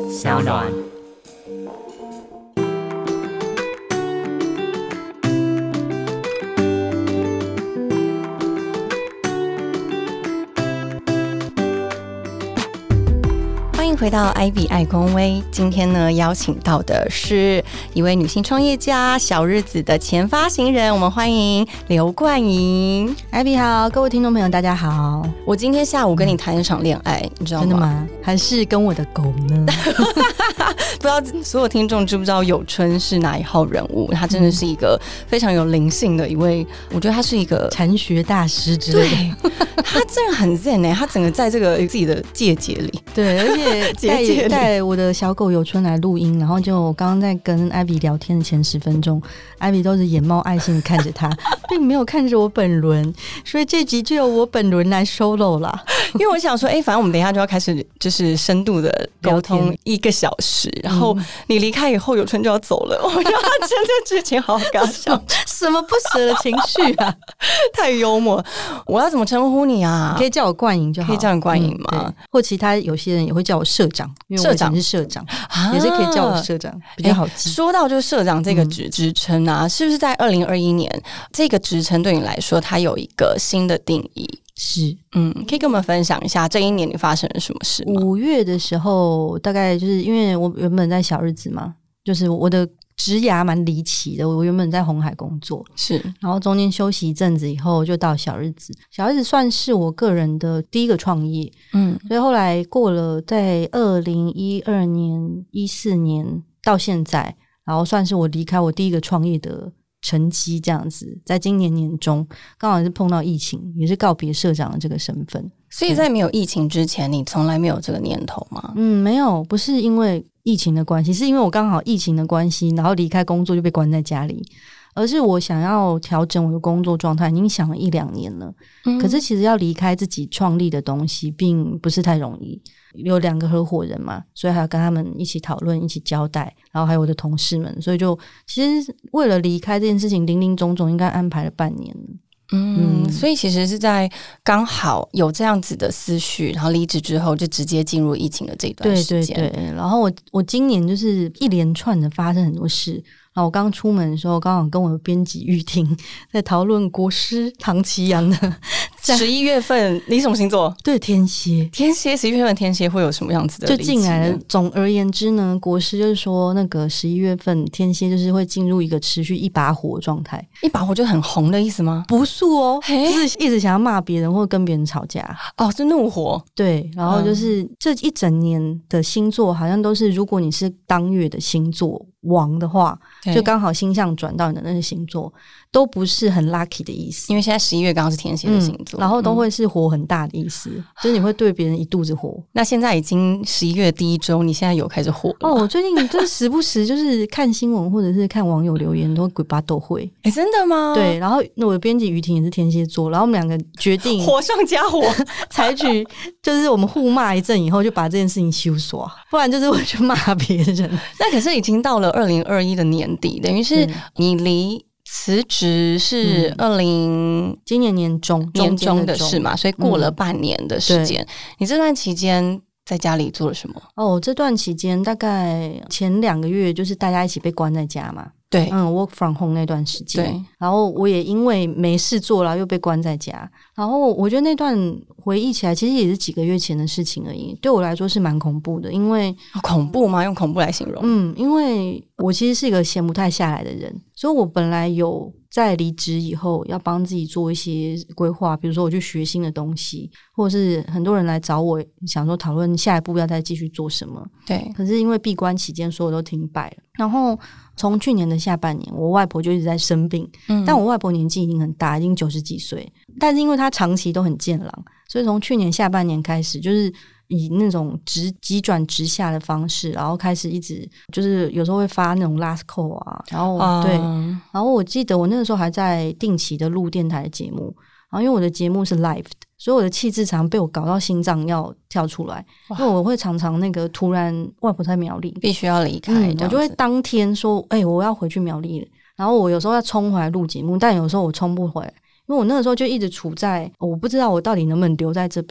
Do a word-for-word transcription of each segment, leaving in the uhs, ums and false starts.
小暖。 欢迎回到 Ivy 爱公威，今天呢邀请到的是一位女性创业家，小日子的前发行人，我们欢迎刘冠莹。 Ivy 好，各位听众朋友大家好。 我今天下午跟你谈一场恋爱，你知道吗？ 真的吗？还是跟我的狗呢？ 不知道所有听众知不知道有春是哪一号人物？他真的是一个非常有灵性的一位，我觉得他是一个禅学大师之类的。 对，他真的很 zen 欸，他整个在这个自己的界界里。 对，而且带带我的小狗有春来录音，然后就我刚刚在跟 Ivy 聊天的前十分钟 ，Ivy 都是眼冒爱心看着他，并没有看着我本轮，所以这集就由我本轮来 solo 啦。 因为我想说，哎、欸，反正我们等一下就要开始就是深度的沟通一个小时，然后你离开以后，有春就要走了，我觉得他真的之前好搞笑， 什么不舍的情绪啊， 太幽默。我要怎么称呼你啊？ 你可以叫我冠莹就好， 可以叫你冠莹吗、 嗯？或其他有些人也会叫我社长，因为我以前是社长，啊、也是可以叫我社长，比较好记。 欸、说到就是社长这个职职称啊，是不是在二零二一年这个职称对你来说，它有一个新的定义？ 是， 嗯，可以跟我们分享一下这一年你发生了什么事吗？ 五月的时候，大概就是因为我原本在小日子嘛，就是我的职涯蛮离奇的。我原本在鸿海工作， 是， 然后中间休息一阵子以后，就到小日子。小日子算是我个人的第一个创业，嗯，所以后来过了在二零一二年、一四年到现在，然后算是我离开我第一个创业的成绩这样子，在今年年中刚好是碰到疫情，也是告别社长的这个身份。 所以在没有疫情之前，你从来没有这个念头吗？ 嗯，没有，不是因为疫情的关系，是因为我刚好疫情的关系，然后离开工作就被关在家里，而是我想要调整我的工作状态，已经想了一两年了、嗯、可是其实要离开自己创立的东西并不是太容易，有两个合伙人嘛，所以还要跟他们一起讨论，一起交代，然后还有我的同事们，所以就其实为了离开这件事情林林总总应该安排了半年了。 嗯，所以其实是在刚好有这样子的思绪，然后离职之后就直接进入疫情的这段时间。 对对对，然后我我今年就是一连串的发生很多事，然后我刚出门的时候刚好跟我的编辑玉婷在讨论国师唐奇阳的十一月份，你什么星座？ 对，天蝎。 天蝎十一月份天蝎会有什么样子的？ 就进来了。总而言之呢，国师就是说那个十一月份天蝎就是会进入一个持续一把火状态。 一把火就很红的意思吗？ 不是哦，就是一直想要骂别人或跟别人吵架。 哦，是怒火。 对，然后就是这一整年的星座好像都是，如果你是当月的星座王的话，就刚好星象转到你的那个星座，都不是很 lucky 的意思。 因为现在十一月刚刚是天蝎的星座、 嗯，然后都会是火很大的意思、嗯、就是你会对别人一肚子火。 那现在已经十一月第一周，你现在有开始火了吗？ 哦，我最近就是时不时就是看新闻或者是看网友留言都鬼巴都会。 哎、欸，真的吗？ 对，然后我的编辑于婷也是天蝎座，然后我们两个决定火上加火， 采取就是我们互骂一阵以后，就把这件事情修刷，不然就是我去骂别人。 那可是已经到了二零二一的年底，等于是你离辞职是二零、 嗯、今年年中年中的事嘛，所以过了半年的时间、嗯。你这段期间在家里做了什么？ 哦，这段期间大概前两个月就是大家一起被关在家嘛。 对， 嗯 ，work from home 那段时间， 对， 然后我也因为没事做了，又被关在家。然后我觉得那段回忆起来，其实也是几个月前的事情而已。对我来说是蛮恐怖的，因为、 哦、恐怖吗？用恐怖来形容？ 嗯，因为我其实是一个闲不太下来的人，所以我本来有在离职以后要帮自己做一些规划，比如说我去学新的东西，或者是很多人来找我想说讨论下一步要再继续做什么。 对， 可是因为闭关期间所有都停摆了，然后从去年的下半年我外婆就一直在生病、嗯、但我外婆年纪已经很大，已经九十几岁，但是因为她长期都很健朗，所以从去年下半年开始就是以那种直急转直下的方式，然后开始一直就是有时候会发那种 last call 啊，然后、uh... 对，然后我记得我那个时候还在定期的录电台的节目，然后因为我的节目是 live 的，所以我的气质常被我搞到心脏要跳出来，因为我会常常那个突然外婆在苗栗必须要离开、嗯、 我就会当天说哎、欸，我要回去苗栗了，然后我有时候要冲回来录节目，但有时候我冲不回来，因为我那个时候就一直处在我不知道我到底能不能留在这边，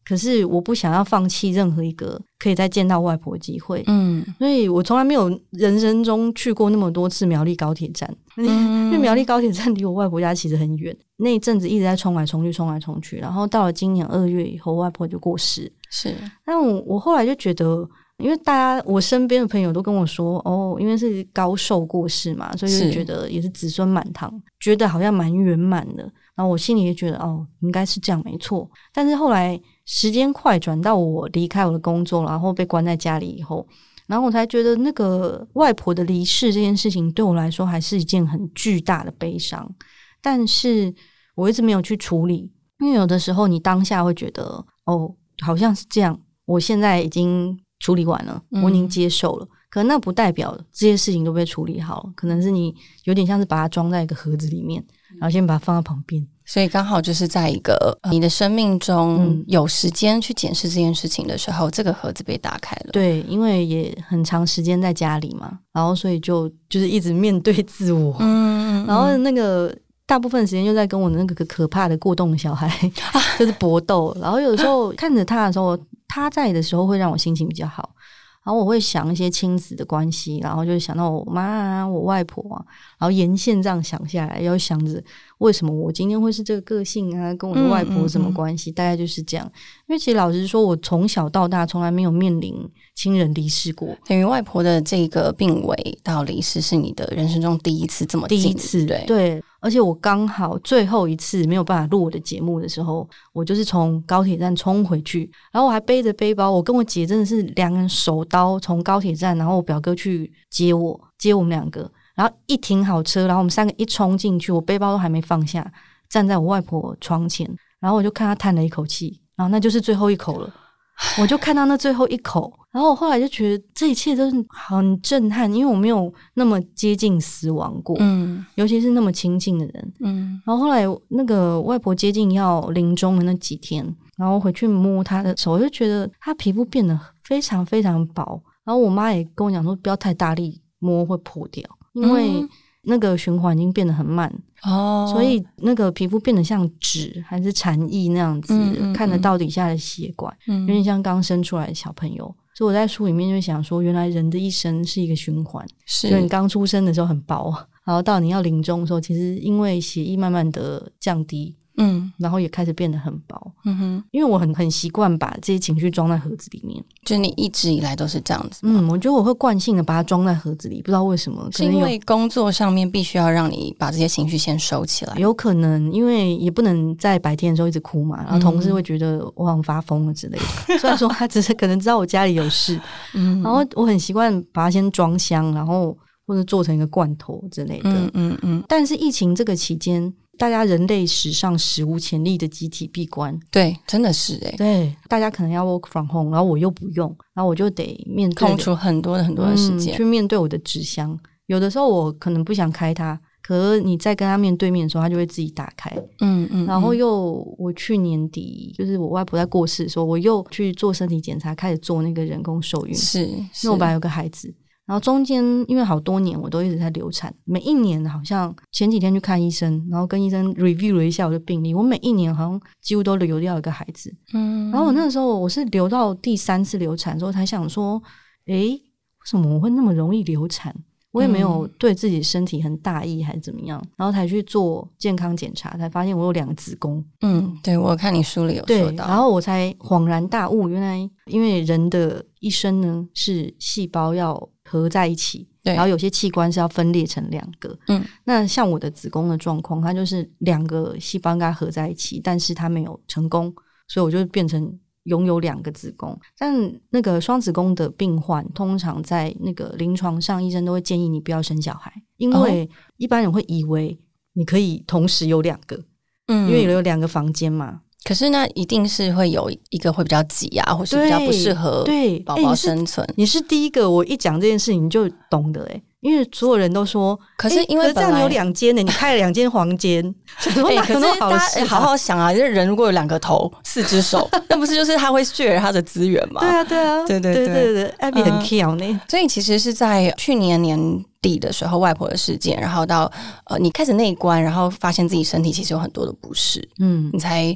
可是我不想要放弃任何一个可以再见到外婆的机会，嗯，所以我从来没有人生中去过那么多次苗栗高铁站，嗯、因为苗栗高铁站离我外婆家其实很远，那一阵子一直在冲来冲去冲来冲去，然后到了今年二月以后，外婆就过世。 是， 但我我后来就觉得，因为大家我身边的朋友都跟我说，哦，因为是高寿过世嘛，所以就觉得也是子孙满堂，觉得好像蛮圆满的。然后我心里也觉得，哦，应该是这样没错。但是后来时间快转到我离开我的工作，然后被关在家里以后，然后我才觉得那个外婆的离世这件事情对我来说还是一件很巨大的悲伤，但是我一直没有去处理，因为有的时候你当下会觉得，哦，好像是这样，我现在已经处理完了，我已经接受了，嗯，可能那不代表这些事情都被处理好了，可能是你有点像是把它装在一个盒子里面，然后先把它放在旁边， 所以刚好就是在一个、呃、你的生命中有时间去检视这件事情的时候，嗯，这个盒子被打开了。 对，因为也很长时间在家里嘛，然后所以就就是一直面对自我，嗯，然后那个大部分时间就在跟我那个可怕的过动的小孩就是搏斗，然后有时候看着他的时候，他在的时候会让我心情比较好，然后我会想一些亲子的关系，然后就想到我妈啊，我外婆啊，然后沿线这样想下来，要想着为什么我今天会是这个个性啊，跟我的外婆什么关系，嗯嗯嗯，大概就是这样。因为其实老实说，我从小到大从来没有面临亲人离世过， 等于外婆的这个病危到离世是你的人生中第一次这么近， 第一次，对对。而且我刚好最后一次没有办法录我的节目的时候，我就是从高铁站冲回去，然后我还背着背包，我跟我姐真的是两个人手刀从高铁站，然后我表哥去接我，接我们两个，然后一停好车，然后我们三个一冲进去，我背包都还没放下，站在我外婆床前，然后我就看她叹了一口气，然后那就是最后一口了，我就看到那最后一口，然后我后来就觉得这一切都是很震撼，因为我没有那么接近死亡过，嗯，尤其是那么亲近的人，嗯，然后后来那个外婆接近要临终的那几天，然后回去摸她的手，我就觉得她皮肤变得非常非常薄，然后我妈也跟我讲说不要太大力摸会破掉，因为那个循环已经变得很慢，哦，所以那个皮肤变得像纸还是蝉翼那样子，嗯嗯嗯，看得到底下的血管，嗯，有点像刚生出来的小朋友。所以我在书里面就想说，原来人的一生是一个循环，是就你刚出生的时候很薄，然后到你要临终的时候，其实因为血液慢慢的降低，嗯，然后也开始变得很薄，嗯哼，因为我很很习惯把这些情绪装在盒子里面， 就你一直以来都是这样子， 嗯，我觉得我会惯性的把它装在盒子里，不知道为什么， 是因为工作上面必须要让你把这些情绪先收起来， 有可能，因为也不能在白天的时候一直哭嘛，然后同事会觉得我好像发疯了之类的，嗯，虽然说他只是可能知道我家里有事，嗯，然后我很习惯把它先装箱，然后或者做成一个罐头之类的，嗯嗯嗯，但是疫情这个期间，大家人类史上史无前例的集体闭关， 对，真的是欸， 对，大家可能要 work from home， 然后我又不用，然后我就得面对空出很多的很多的时间， 嗯，去面对我的纸箱。有的时候我可能不想开它，可是你在跟他面对面的时候，他就会自己打开，嗯嗯，然后又我去年底就是我外婆在过世的时候，我又去做身体检查，开始做那个人工受孕，是，是因为我本来有个孩子。然后中间因为好多年我都一直在流产，每一年好像前几天去看医生，然后跟医生 review 了一下我的病历，我每一年好像几乎都流掉一个孩子，嗯，然后我那时候我是流到第三次流产之后才想说，诶，为什么我会那么容易流产？我也没有对自己身体很大意还是怎么样，然后才去做健康检查，才发现我有两个子宫。嗯， 对，我有看你书里有说到， 然后我才恍然大悟，原来因为人的一生呢是细胞要合在一起，然后有些器官是要分裂成两个。嗯，那像我的子宫的状况，它就是两个细胞应该合在一起，但是它没有成功，所以我就变成拥有两个子宫。但那个双子宫的病患通常在那个临床上医生都会建议你不要生小孩，因为一般人会以为你可以同时有两个，嗯，因为有两个房间嘛。 可是那一定是会有一个会比较挤啊，或是比较不适合宝宝生存。 欸、你, 是你是第一个我一讲这件事情你就懂的欸，因为所有人都说， 可是因为、欸、 可是这样有两间呢，你开了两间房间， 哎、欸，可是大家好好想啊，就是人如果有两个头、四只手，那不是就是他会 share 他的资源吗？ 对啊，对啊， 对对对对对 ，Abby 很 care 呢、嗯。 所以其实是在去年年底的时候，外婆的事件，然后到呃你开始内观，然后发现自己身体其实有很多的不适，嗯，你才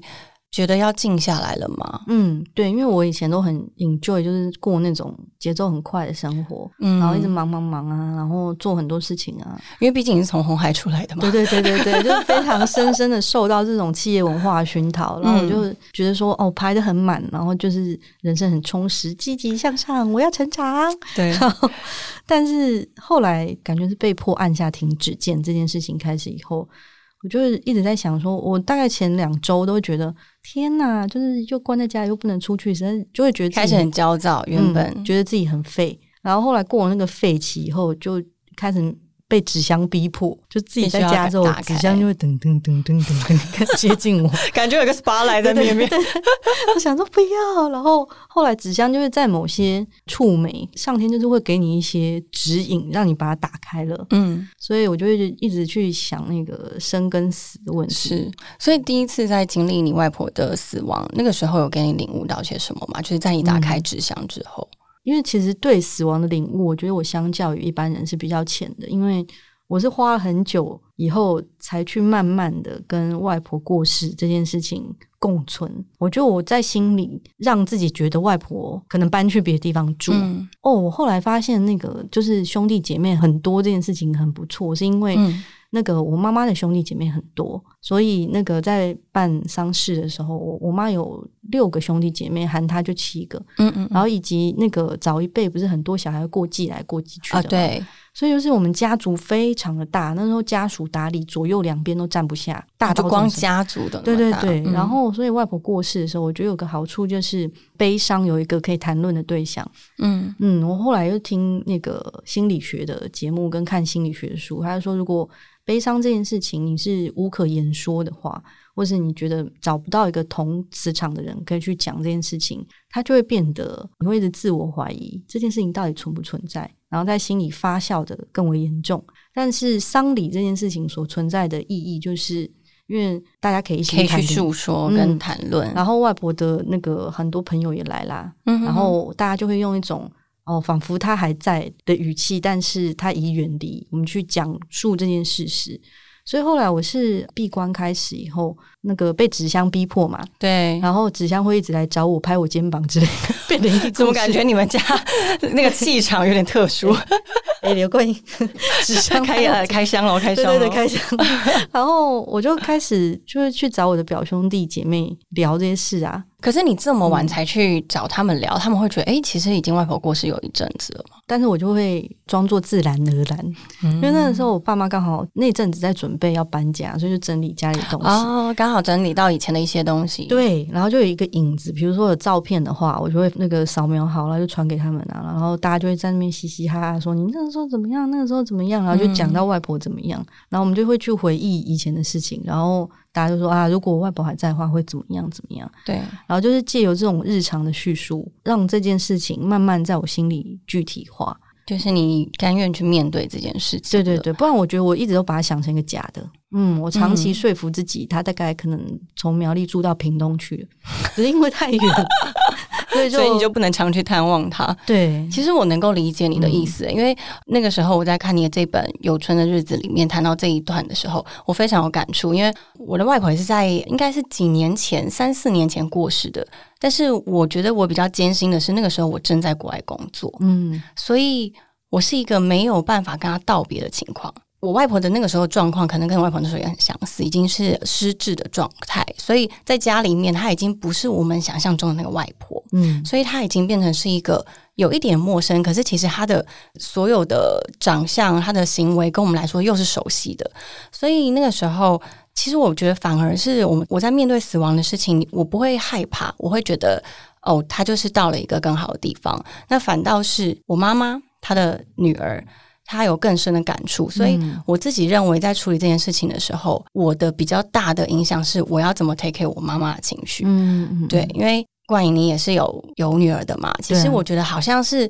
觉得要静下来了吗？ 嗯，对，因为我以前都很 enjoy 就是过那种节奏很快的生活，嗯，然后一直忙忙忙啊，然后做很多事情啊， 因为毕竟你是从红海出来的嘛。 对对对对对，就是非常深深的受到这种企业文化熏陶，然后我就觉得说哦，排得很满，然后就是人生很充实，积极向上，我要成长。 对， 但是后来感觉是被迫按下停止键这件事情开始以后，我就一直在想说，我大概前两周都会觉得天哪，就是又关在家里又不能出去，实在就会觉得自己开始很焦躁，原本、 嗯、觉得自己很废，然后后来过了那个废期以后，就开始被纸箱逼迫，就自己在家的时候，纸箱就会噔噔噔噔噔噔接近我， 感觉有个 spotlight 在面面。 我想说不要，然后后来纸箱就会在某些触媒，上天就是会给你一些指引，让你把它打开了。嗯，所以我就会一直去想那个生跟死的问题。 是，所以第一次在经历你外婆的死亡，那个时候有给你领悟到些什么吗？就是在你打开纸箱之后。嗯， 因为其实对死亡的领悟，我觉得我相较于一般人是比较浅的，因为我是花了很久以后才去慢慢的跟外婆过世这件事情共存。我觉得我在心里让自己觉得外婆可能搬去别的地方住。嗯、哦，我后来发现那个就是兄弟姐妹很多这件事情很不错，是因为那个我妈妈的兄弟姐妹很多，所以那个在办丧事的时候，我我妈有六个兄弟姐妹，含她就七个。嗯嗯，然后以及那个早一辈不是很多小孩过继来过继去的吗？啊， 对。 所以就是我们家族非常的大，那时候家属打理左右两边都站不下，大到光家族的对对对、嗯、然后所以外婆过世的时候，我觉得有个好处就是悲伤有一个可以谈论的对象。嗯嗯，我后来又听那个心理学的节目跟看心理学的书，他就说如果悲伤这件事情你是无可言说的话，或是你觉得找不到一个同磁场的人可以去讲这件事情，它就会变得你会一直自我怀疑这件事情到底存不存在，然后在心里发酵的更为严重。但是丧礼这件事情所存在的意义，就是因为大家可以一起可以去诉说跟谈论、嗯、 然后外婆的那个很多朋友也来啦、嗯、然后大家就会用一种哦，仿佛他还在的语气，但是他已远离，我们去讲述这件事实。所以后来我是闭关开始以后，那个被纸箱逼迫嘛， 对， 然后纸箱会一直来找我，拍我肩膀之类的，变成一个故事。 怎么感觉你们家那个气场有点特殊？ 哎、欸，刘冠英，纸箱开呃开箱了，开箱了， 对对对，开箱。然后我就开始就是去找我的表兄弟姐妹聊这些事啊。 可是你这么晚才去找他们聊、嗯、他们会觉得哎、欸，其实已经外婆过世有一阵子了嘛。 但是我就会装作自然而然、嗯、因为那个时候我爸妈刚好那阵子在准备要搬家，所以就整理家里的东西哦，刚好整理到以前的一些东西。 对，然后就有一个影子，比如说有照片的话，我就会那个扫描好了就传给他们啊，然后大家就会在那边嘻嘻哈哈说你那个时候怎么样，那个时候怎么样，然后就讲到外婆怎么样、嗯、然后我们就会去回忆以前的事情，然后大家就说啊，如果我外婆还在的话会怎么样怎么样。 对， 然后就是借由这种日常的叙述，让这件事情慢慢在我心里具体化， 就是你甘愿去面对这件事情。 对对对，不然我觉得我一直都把它想成一个假的。嗯，我长期说服自己、嗯、他大概可能从苗栗住到屏东去了，只是因为太远所以就所以你就不能常去探望他。 对， 其实我能够理解你的意思、嗯、因为那个时候我在看你的这本《有春的日子》里面谈到这一段的时候，我非常有感触，因为我的外婆也是在应该是几年前三四年前过世的，但是我觉得我比较艰辛的是那个时候我正在国外工作，嗯，所以我是一个没有办法跟他道别的情况。我外婆的那个时候状况可能跟我外婆那时候也很相似，已经是失智的状态，所以在家里面她已经不是我们想象中的那个外婆，嗯，所以她已经变成是一个有一点陌生，可是其实她的所有的长相她的行为跟我们来说又是熟悉的，所以那个时候其实我觉得反而是我们我在面对死亡的事情我不会害怕，我会觉得哦，她就是到了一个更好的地方。那反倒是我妈妈她的女儿他有更深的感触，所以我自己认为在处理这件事情的时候、嗯、我的比较大的影响是我要怎么 take care 我妈妈的情绪。嗯嗯，对，因为冠颖你也是有有女儿的嘛，其实我觉得好像是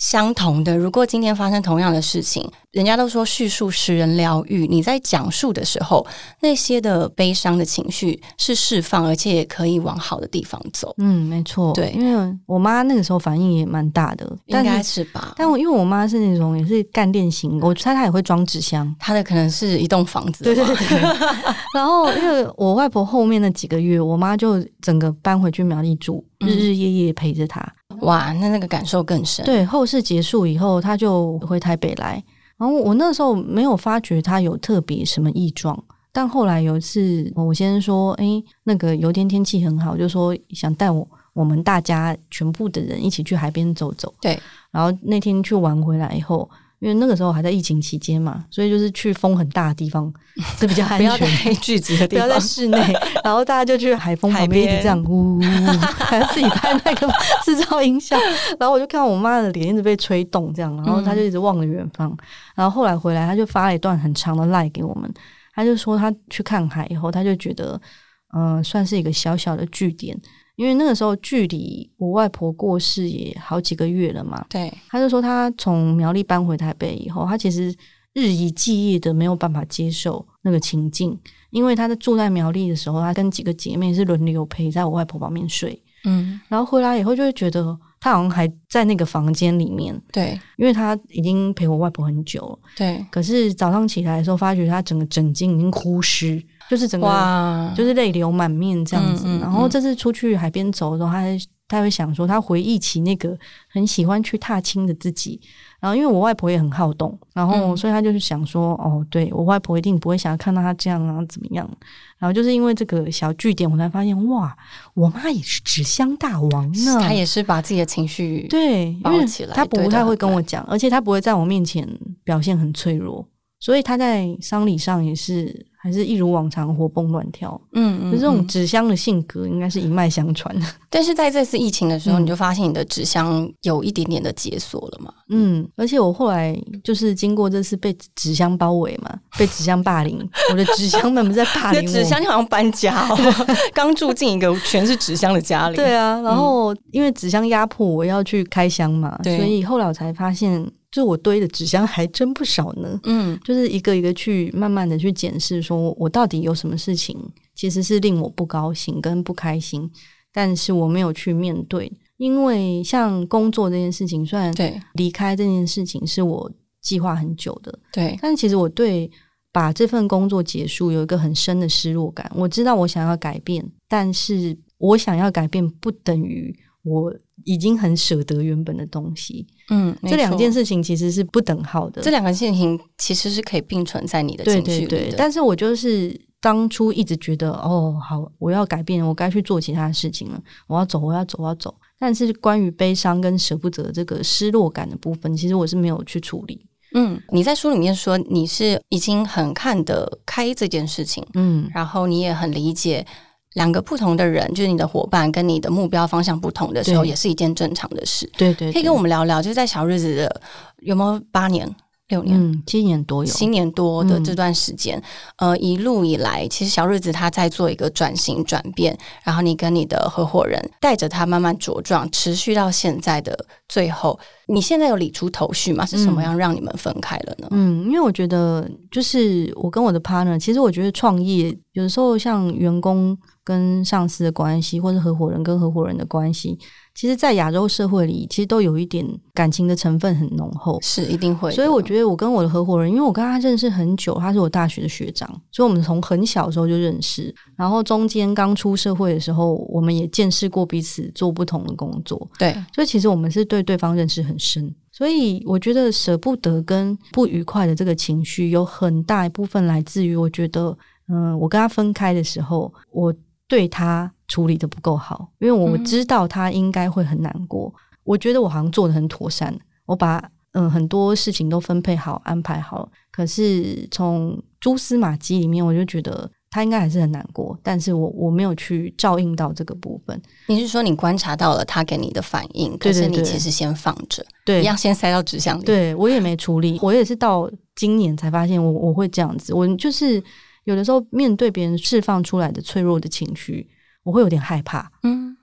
相同的，如果今天发生同样的事情，人家都说叙述使人疗愈，你在讲述的时候，那些的悲伤的情绪是释放，而且也可以往好的地方走。 嗯，没错， 对， 因为我妈那个时候反应也蛮大的， 应该是吧？ 但我因为我妈是那种也是干练型，我猜她也会装纸箱， 她的可能是一栋房子， 对对对对。然后因为我外婆后面那几个月，我妈就整个搬回去苗栗住，日日夜夜陪着她。 哇，那那个感受更深。 对，后事结束以后，她就回台北来。然后我那时候没有发觉她有特别什么异状，但后来有一次，我先生说：“哎，那个有一天天气很好，就说想带我我们大家全部的人一起去海边走走。” 对。 然后那天去玩回来以后，因为那个时候还在疫情期间嘛，所以就是去风很大的地方是比较安全， 不要太聚集的地方， 不要在室内。然后大家就去海风旁边一直这样呜呜呜，还自己拍那个制造音效。然后我就看到我妈的脸一直被吹动这样，然后她就一直望着远方。然后后来回来，她就发了一段很长的赖给我们，她就说她去看海以后，她就觉得嗯、呃，算是一个小小的据点。因为那个时候距离我外婆过世也好几个月了嘛， 对， 他就说他从苗栗搬回台北以后，他其实日以继夜的没有办法接受那个情境，因为他在住在苗栗的时候，他跟几个姐妹是轮流陪在我外婆旁边睡，嗯，然后回来以后就会觉得他好像还在那个房间里面， 对， 因为他已经陪我外婆很久了， 对， 可是早上起来的时候，发觉他整个枕巾已经枯湿。就是整个就是泪流满面这样子，嗯嗯嗯，然后这次出去海边走的时候，他他会想说，他回忆起那个很喜欢去踏青的自己。然后因为我外婆也很好动，然后所以他就是想说，嗯、哦，对我外婆一定不会想要看到他这样啊，怎么样？然后就是因为这个小据点，我才发现，哇，我妈也是纸箱大王呢。 她也是把自己的情绪对包起来， 她不太会跟我讲，而且她不会在我面前表现很脆弱，所以她在丧礼上也是。还是一如往常活蹦乱跳，嗯嗯，就这种纸箱的性格应该是一脉相传的。 但是在这次疫情的时候，嗯、你就发现你的纸箱有一点点的解锁了嘛？ 嗯，而且我后来就是经过这次被纸箱包围嘛，被纸箱霸凌，我的纸箱们在霸凌我。 纸箱好像搬家哦，刚住进一个全是纸箱的家里。 对啊，然后、嗯、因为纸箱压迫我要去开箱嘛，所以后来我才发现。就我堆的纸箱还真不少呢，嗯，就是一个一个去慢慢的去检视，说我到底有什么事情其实是令我不高兴跟不开心，但是我没有去面对，因为像工作这件事情，虽然对离开这件事情是我计划很久的，对，但其实我对把这份工作结束有一个很深的失落感。我知道我想要改变，但是我想要改变不等于我已经很舍得原本的东西，嗯，这两件事情其实是不等号的。 这两个事情其实是可以并存在你的情绪里的。对对对， 但是我就是当初一直觉得，哦，好，我要改变，我该去做其他的事情了，我要走，我要走，我要走。但是关于悲伤跟舍不得这个失落感的部分，其实我是没有去处理。 嗯，你在书里面说你是已经很看得开这件事情，嗯，然后你也很理解。两个不同的人，就是你的伙伴跟你的目标方向不同的时候，也是一件正常的事。 对 对, 对， 可以跟我们聊聊，就是在小日子的有没有八年、六年、 嗯、七年多有七年多的这段时间，嗯、呃，一路以来，其实小日子他在做一个转型转变，然后你跟你的合伙人带着他慢慢茁壮，持续到现在的最后，你现在有理出头绪吗？是什么样让你们分开了呢？ 嗯，因为我觉得就是我跟我的 partner， 其实我觉得创业有的时候像员工跟上司的关系，或者合伙人跟合伙人的关系，其实在亚洲社会里其实都有一点感情的成分很浓厚， 是一定会的。 所以我觉得我跟我的合伙人，因为我跟他认识很久，他是我大学的学长，所以我们从很小的时候就认识，然后中间刚出社会的时候我们也见识过彼此做不同的工作，对，所以其实我们是对对方认识很深。所以我觉得舍不得跟不愉快的这个情绪有很大一部分来自于我觉得嗯，我跟他分开的时候，我对他处理的不够好，因为我知道他应该会很难过、嗯、我觉得我好像做得很妥善，我把嗯很多事情都分配好安排好，可是从蛛丝马迹里面我就觉得他应该还是很难过，但是我我没有去照应到这个部分。 你是说你观察到了他给你的反应，可是你其实先放着，对，一样先塞到纸箱里， 对，我也没处理，我也是到今年才发现我我会这样子，我就是有的时候面对别人释放出来的脆弱的情绪，我会有点害怕，嗯，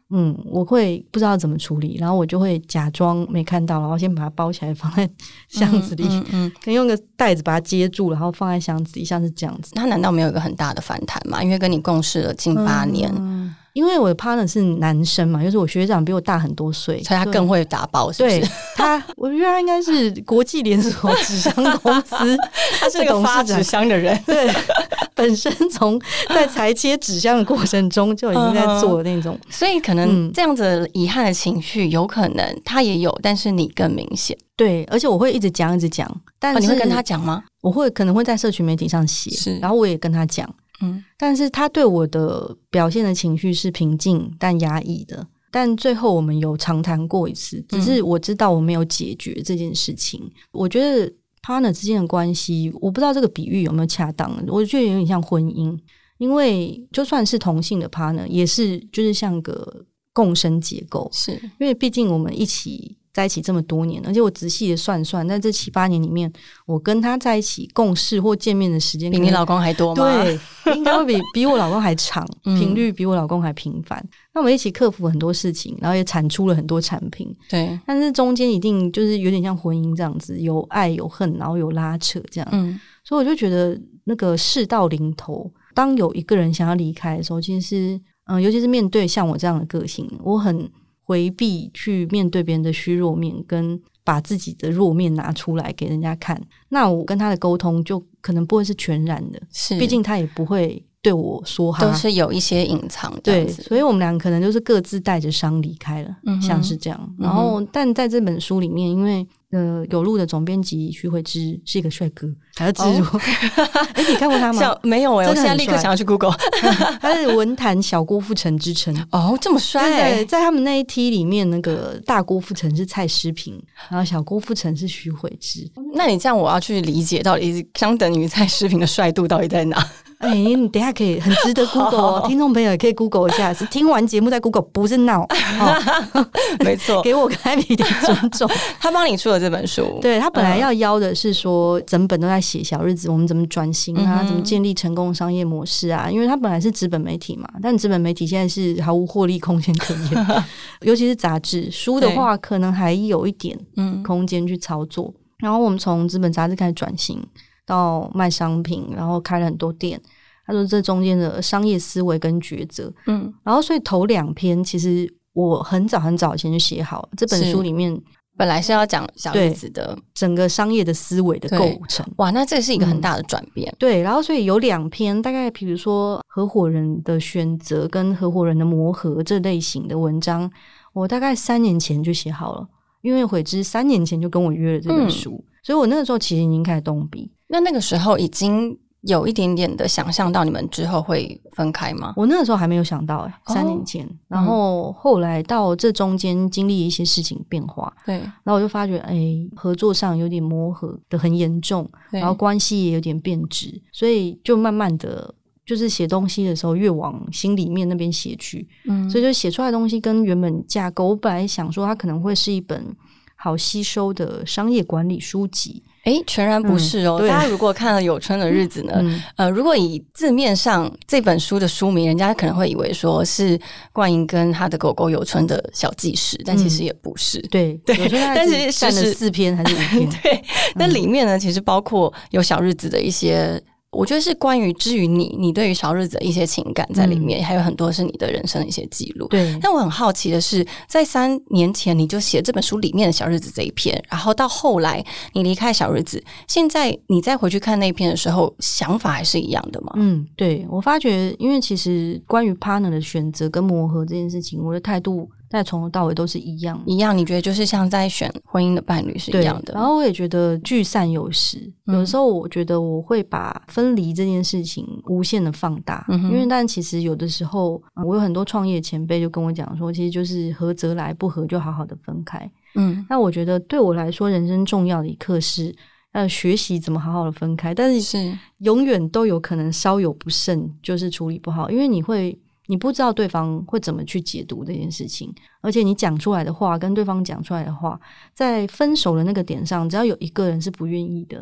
嗯，我会不知道怎么处理，然后我就会假装没看到，然后先把它包起来放在箱子里，嗯嗯嗯，可以用个袋子把它接住，然后放在箱子里，像是这样子。 那难道没有一个很大的反弹吗？因为跟你共事了近八年。 嗯，因为我的 partner 是男生嘛，就是我学长比我大很多岁， 所以他更会打包，是不是？ 对他，我觉得他应该是国际连锁纸箱公司， 他是个发纸箱的人， 对，本身从在裁切纸箱的过程中就已经在做那种， 所以可能这样子遗憾的情绪，有可能他也有，但是你更明显。 对，而且我会一直讲一直讲，但是、 哦、你会跟他讲吗？ 我会可能会在社群媒体上写，然后我也跟他讲。嗯，但是他对我的表现的情绪是平静但压抑的，但最后我们有长谈过一次，只是我知道我没有解决这件事情。嗯、我觉得 partner 之间的关系，我不知道这个比喻有没有恰当，我觉得有点像婚姻，因为就算是同性的 partner 也是就是像个共生结构， 是因为毕竟我们一起在一起这么多年，而且我仔细的算算，在这七八年里面，我跟他在一起共事或见面的时间比你老公还多吗？ 对，应该会比比我老公还长，频率比我老公还频繁。那我们一起克服很多事情，然后也产出了很多产品。 对， 但是中间一定就是有点像婚姻这样子，有爱有恨，然后有拉扯这样。嗯，所以我就觉得那个事到临头，当有一个人想要离开的时候，其实是嗯，尤其是面对像我这样的个性，我很回避去面对别人的虚弱面，跟把自己的弱面拿出来给人家看。那我跟他的沟通就可能不会是全然的， 是， 毕竟他也不会对我说哈， 都是有一些隐藏这样子。 对，所以我们俩可能就是各自带着伤离开了，嗯、像是这样。然后，嗯、但在这本书里面，因为呃有路的总编辑徐慧芝是一个帅哥，还要植入。哎、哦，你看过他吗？ 没有哎、欸，我现在立刻想要去 Google。 他是文坛小郭富城之称哦，这么帅、欸！ 对，在他们那一梯里面，那个大郭富城是蔡诗萍，然后小郭富城是徐慧芝。 那你这样，我要去理解到底相等于蔡诗萍的帅度到底在哪？ 哎、欸，你等一下可以很值得 Google 哦，听众朋友也可以 Google 一下，是听完节目再 Google， 不是闹。哦、 没错， 给我跟艾比一点尊重。 他帮你出了这本书， 对，他本来要邀的是说，整本都在写小日子，我们怎么转型啊，嗯、怎么建立成功商业模式啊？因为他本来是纸本媒体嘛，但纸本媒体现在是毫无获利空间可言，尤其是杂志，书的话可能还有一点空间去操作。嗯、然后我们从纸本杂志开始转型。到卖商品，然后开了很多店。他说这中间的商业思维跟抉择，嗯，然后所以头两篇其实我很早很早以前就写好了。这本书里面本来是要讲小日子的整个商业的思维的构成。 哇，那这是一个很大的转变。 嗯、对，然后所以有两篇，大概比如说合伙人的选择跟合伙人的磨合这类型的文章，我大概三年前就写好了，因为慧芝三年前就跟我约了这本书，嗯、所以我那个时候其实已经开始动笔。 那那个时候已经有一点点的想象到你们之后会分开吗？ 我那个时候还没有想到、欸、三年前、哦、然后后来到这中间经历一些事情变化， 对， 然后我就发觉哎、欸，合作上有点磨合的很严重，然后关系也有点变质，所以就慢慢的就是写东西的时候越往心里面那边写去，嗯，所以就写出来的东西跟原本架构，我本来想说它可能会是一本好吸收的商业管理书籍， 诶，全然不是哦、嗯、大家如果看了有春的日子呢、嗯、呃，如果以字面上这本书的书名，人家可能会以为说是冠莹跟他的狗狗有春的小记事，但其实也不是、 嗯、对对，但是干了四篇还是五篇对，那里面呢、嗯、其实包括有小日子的一些，我觉得是关于至于你你对于小日子的一些情感在里面、嗯、还有很多是你的人生的一些记录。 对， 但我很好奇的是，在三年前你就写这本书里面的小日子这一篇，然后到后来你离开小日子，现在你再回去看那一篇的时候，想法还是一样的吗？ 嗯，对，我发觉因为其实关于 partner 的选择跟磨合这件事情，我的态度但从头到尾都是一样一样。你觉得就是像在选婚姻的伴侣是一样的？ 然后我也觉得聚散有时、嗯、有时候我觉得我会把分离这件事情无限的放大、嗯、因为但其实有的时候我有很多创业前辈就跟我讲说，其实就是合则来，不合就好好的分开。嗯，那我觉得对我来说人生重要的一课是要学习怎么好好的分开，但是是永远都有可能稍有不慎就是处理不好，因为你会你不知道对方会怎么去解读这件事情，而且你讲出来的话跟对方讲出来的话，在分手的那个点上，只要有一个人是不愿意的，他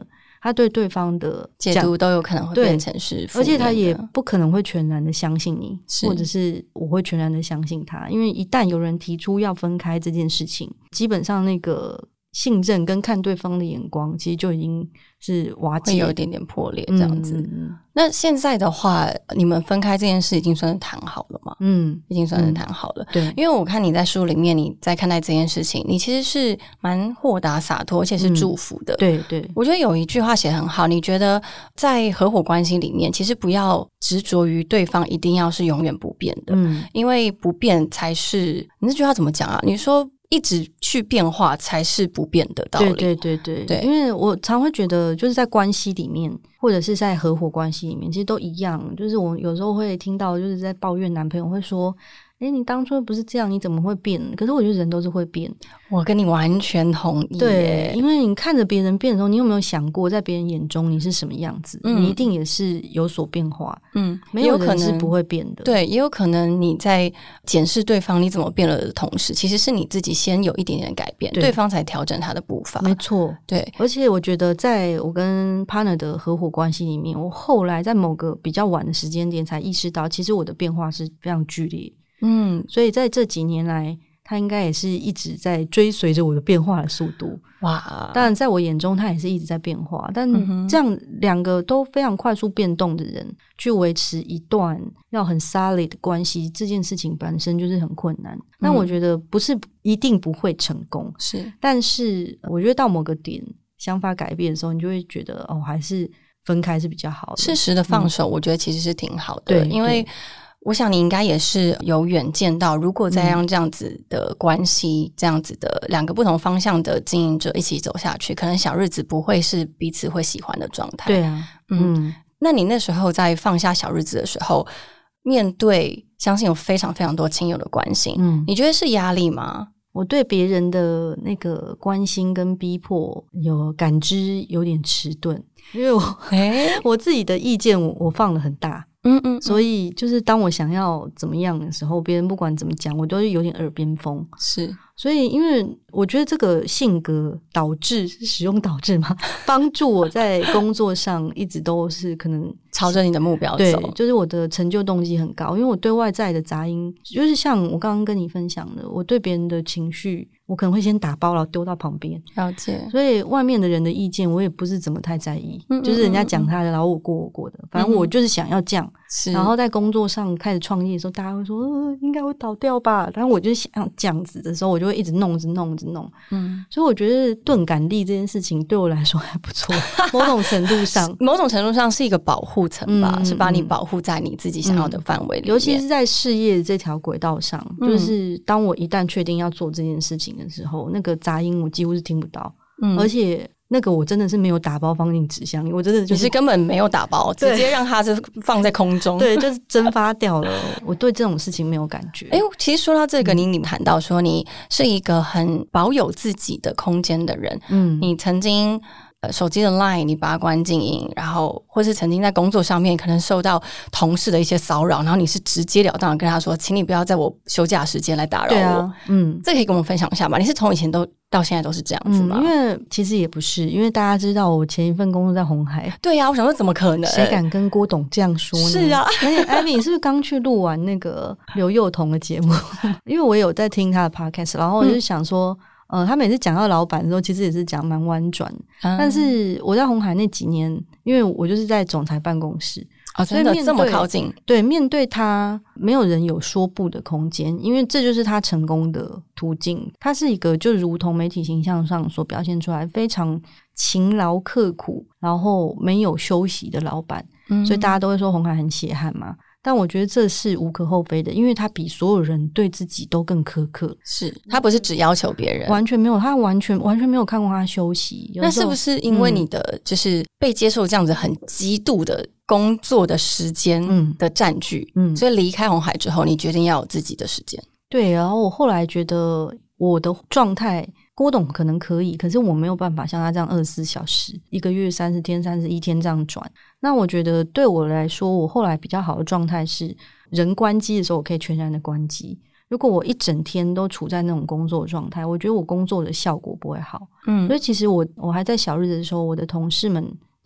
他对对方的解读都有可能会变成是负面的， 而且他也不可能会全然的相信你，或者是我会全然的相信他，因为一旦有人提出要分开这件事情，基本上那个信任跟看对方的眼光其实就已经是瓦解， 会有一点点破裂这样子、嗯、那现在的话你们分开这件事已经算是谈好了吗？嗯，已经算是谈好了、嗯、对，因为我看你在书里面你在看待这件事情，你其实是蛮豁达洒脱而且是祝福的、嗯、 对对， 我觉得有一句话写得很好，你觉得在合伙关系里面其实不要执着于对方一定要是永远不变的、嗯、因为不变才是，你这句话怎么讲啊？你说一直去变化才是不变的道理。 对对对 对, 对，因为我常会觉得就是在关系里面或者是在合伙关系里面其实都一样，就是我有时候会听到就是在抱怨男朋友会说诶你当初不是这样你怎么会变，可是我觉得人都是会变， 我跟你完全同意。 对，因为你看着别人变的时候，你有没有想过在别人眼中你是什么样子、嗯、你一定也是有所变化，嗯，没有人是不会变的。 对，也有可能你在检视对方你怎么变了的同时，其实是你自己先有一点点改变， 对, 对方才调整他的步伐。 没错，对。而且我觉得在我跟 partner 的合伙关系里面，我后来在某个比较晚的时间点才意识到其实我的变化是非常剧烈，嗯，所以在这几年来他应该也是一直在追随着我的变化的速度。哇，当然在我眼中他也是一直在变化，但这样两个都非常快速变动的人去维持一段要很 solid 的关系，这件事情本身就是很困难。但我觉得不是一定不会成功，是，但是我觉得到某个点想法改变的时候，你就会觉得哦，还是分开是比较好的。适时的放手、嗯、我觉得其实是挺好的，对，因为我想你应该也是有远见到，如果再让这样子的关系、嗯、这样子的两个不同方向的经营者一起走下去，可能小日子不会是彼此会喜欢的状态。 对啊， 嗯，那你那时候在放下小日子的时候，面对相信有非常非常多亲友的关心，嗯，你觉得是压力吗？ 我对别人的那个关心跟逼迫有感知有点迟钝，因为我、欸、我自己的意见 我, 我放得很大，嗯嗯，所以就是当我想要怎么样的时候，别人不管怎么讲，我都是有点耳边风。是，所以因为我觉得这个性格导致使用导致嘛，帮助我在工作上一直都是可能朝着你的目标走， 对，就是我的成就动机很高，因为我对外在的杂音，就是像我刚刚跟你分享的，我对别人的情绪我可能会先打包然后丢到旁边， 了解， 所以外面的人的意见我也不是怎么太在意，嗯嗯嗯嗯，就是人家讲他的然后我过我过的，反正我就是想要这样，嗯，然后在工作上开始创业的时候大家会说、呃、应该会倒掉吧，然后我就想要这样子的时候我就会一直弄一直弄一直弄，嗯，所以我觉得钝感力这件事情对我来说还不错某种程度上某种程度上是一个保护层吧，嗯，是把你保护在你自己想要的范围里面， 尤其是在事业这条轨道上，嗯，就是当我一旦确定要做这件事情的时候，那个杂音我几乎是听不到，嗯，而且那个我真的是没有打包放进纸箱里，我真的就是你是根本没有打包，直接让它就放在空中， 对，就是蒸发掉了我对这种事情没有感觉。 诶，其实说到这个，嗯，你你谈到说你是一个很保有自己的空间的人，嗯，你曾经呃，手机的 LINE 你把它关静音，然后或是曾经在工作上面可能受到同事的一些骚扰，然后你是直截了当的跟他说请你不要在我休假时间来打扰我，对啊，嗯，这可以跟我们分享一下吗？你是从以前都到现在都是这样子吗？ 嗯，因为其实也不是，因为大家知道我前一份工作在鸿海， 对啊，我想说怎么可能， 谁敢跟郭董这样说呢？ 是啊， 而且艾米你是不是刚去录完那个刘幼彤的节目因为我有在听他的 podcast， 然后我就想说，嗯呃，他每次讲到老板的时候其实也是讲蛮婉转，嗯，但是我在鸿海那几年因为我就是在总裁办公室， 哦，真的这么靠近， 对，面对他没有人有说不的空间，因为这就是他成功的途径，他是一个就如同媒体形象上所表现出来非常勤劳刻苦然后没有休息的老板，嗯，所以大家都会说鸿海很血汗嘛，但我觉得这是无可厚非的，因为他比所有人对自己都更苛刻， 是他不是只要求别人， 完全没有，他完全完全没有看过他休息。 那是不是因为你的、嗯、就是被接受这样子很极度的工作的时间的占据，嗯，所以离开鸿海之后你决定要有自己的时间？ 对，然后我后来觉得我的状态郭董可能可以，可是我没有办法像他这样二十四小时一个月三十天三十一天这样转，那我觉得对我来说我后来比较好的状态是人关机的时候我可以全然的关机，如果我一整天都处在那种工作状态，我觉得我工作的效果不会好，嗯，所以其实我我还在小日子的时候，我的同事们